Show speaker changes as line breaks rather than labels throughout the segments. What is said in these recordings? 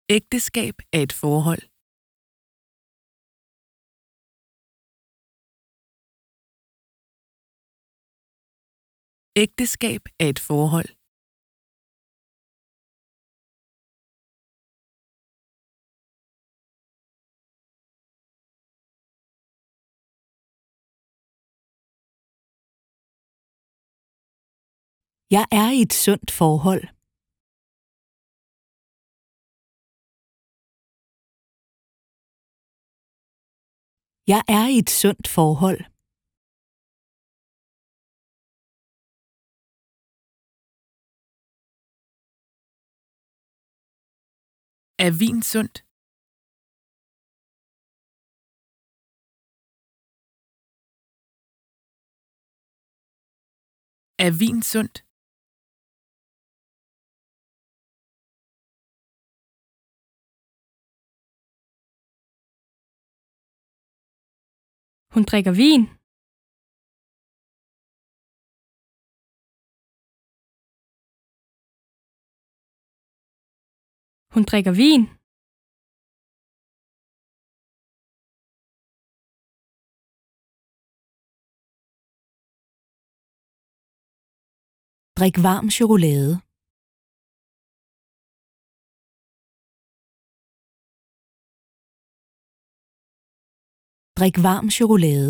Ægteskab er et forhold. Ægteskab er et forhold.
Jeg er i et sundt forhold. Jeg er i et sundt forhold.
Er vin sundt? Er vin sundt?
Hun drikker vin. Hun drikker vin.
Drik varm chokolade. Drik varm chokolade.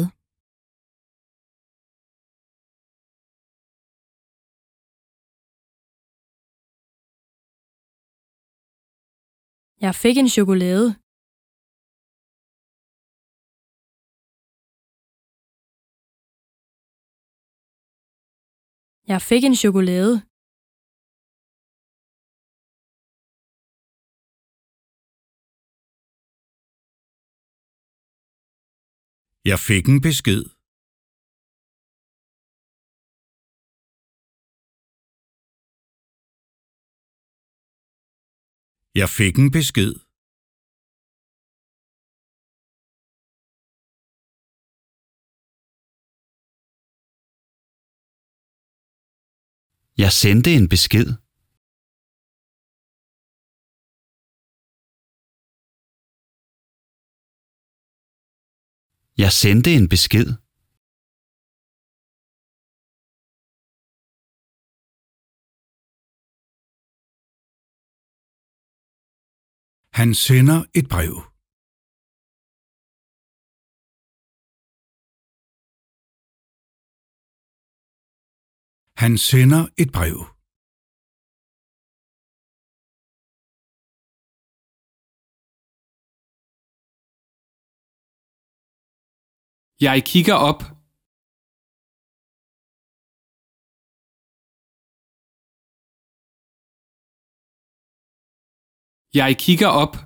Jeg fik en chokolade. Jeg fik en chokolade.
Jeg fik en besked. Jeg fik en besked.
Jeg sendte en besked. Jeg sendte en besked.
Han sender et brev. Han sender et brev.
Jeg kigger op. Jeg kigger op.